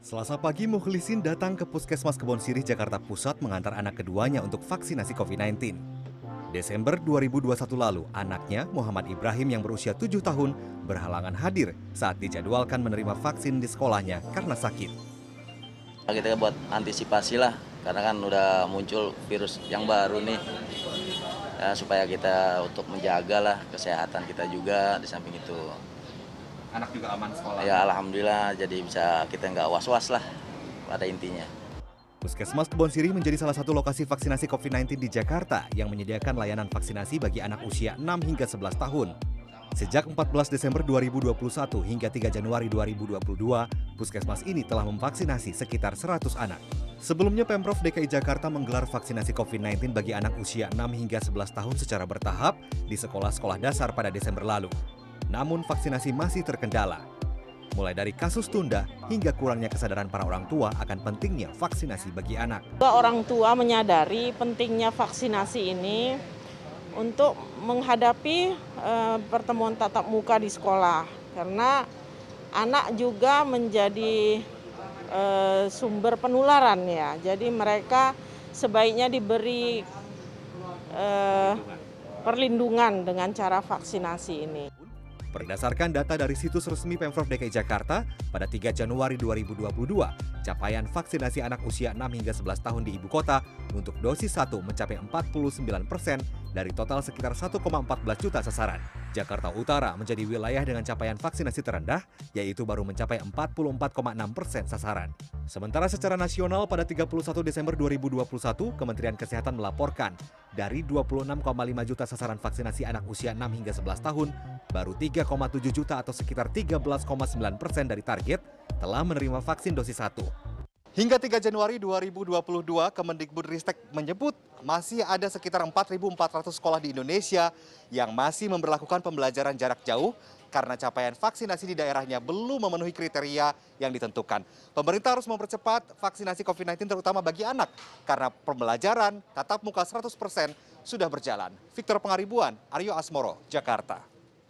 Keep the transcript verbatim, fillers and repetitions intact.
Selasa pagi, Mukhlisin datang ke Puskesmas Kebonsirih, Jakarta Pusat mengantar anak keduanya untuk vaksinasi covid sembilan belas. Desember dua ribu dua puluh satu lalu, anaknya Muhammad Ibrahim yang berusia tujuh tahun berhalangan hadir saat dijadwalkan menerima vaksin di sekolahnya karena sakit. Kita buat antisipasi lah, karena kan udah muncul virus yang baru nih, ya, supaya kita untuk menjaga lah kesehatan kita juga di samping itu. Anak juga aman sekolah? Ya alhamdulillah, jadi bisa kita nggak was-was lah pada intinya. Puskesmas Kebonsirih menjadi salah satu lokasi vaksinasi covid sembilan belas di Jakarta yang menyediakan layanan vaksinasi bagi anak usia enam hingga sebelas tahun. Sejak empat belas Desember dua ribu dua puluh satu hingga tiga Januari dua ribu dua puluh dua, Puskesmas ini telah memvaksinasi sekitar seratus anak. Sebelumnya Pemprov D K I Jakarta menggelar vaksinasi covid sembilan belas bagi anak usia enam hingga sebelas tahun secara bertahap di sekolah-sekolah dasar pada Desember lalu. Namun vaksinasi masih terkendala. Mulai dari kasus tunda hingga kurangnya kesadaran para orang tua akan pentingnya vaksinasi bagi anak. Orang tua menyadari pentingnya vaksinasi ini untuk menghadapi eh, pertemuan tatap muka di sekolah. Karena anak juga menjadi eh, sumber penularan ya. Jadi mereka sebaiknya diberi eh, perlindungan dengan cara vaksinasi ini. Berdasarkan data dari situs resmi Pemprov D K I Jakarta, pada tiga Januari dua ribu dua puluh dua, capaian vaksinasi anak usia enam hingga sebelas tahun di ibu kota untuk dosis satu mencapai empat puluh sembilan persen dari total sekitar satu koma empat belas juta sasaran. Jakarta Utara menjadi wilayah dengan capaian vaksinasi terendah, yaitu baru mencapai empat puluh empat koma enam persen sasaran. Sementara secara nasional pada tiga puluh satu Desember dua ribu dua puluh satu, Kementerian Kesehatan melaporkan dari dua puluh enam koma lima juta sasaran vaksinasi anak usia enam hingga sebelas tahun, baru tiga koma tujuh juta atau sekitar tiga belas koma sembilan persen dari target telah menerima vaksin dosis satu. Hingga tiga Januari dua ribu dua puluh dua, Kemendikbudristek menyebut masih ada sekitar empat ribu empat ratus sekolah di Indonesia yang masih memberlakukan pembelajaran jarak jauh karena capaian vaksinasi di daerahnya belum memenuhi kriteria yang ditentukan. Pemerintah harus mempercepat vaksinasi covid sembilan belas terutama bagi anak karena pembelajaran tatap muka seratus persen sudah berjalan. Victor Pangaribuan, Aryo Asmoro, Jakarta.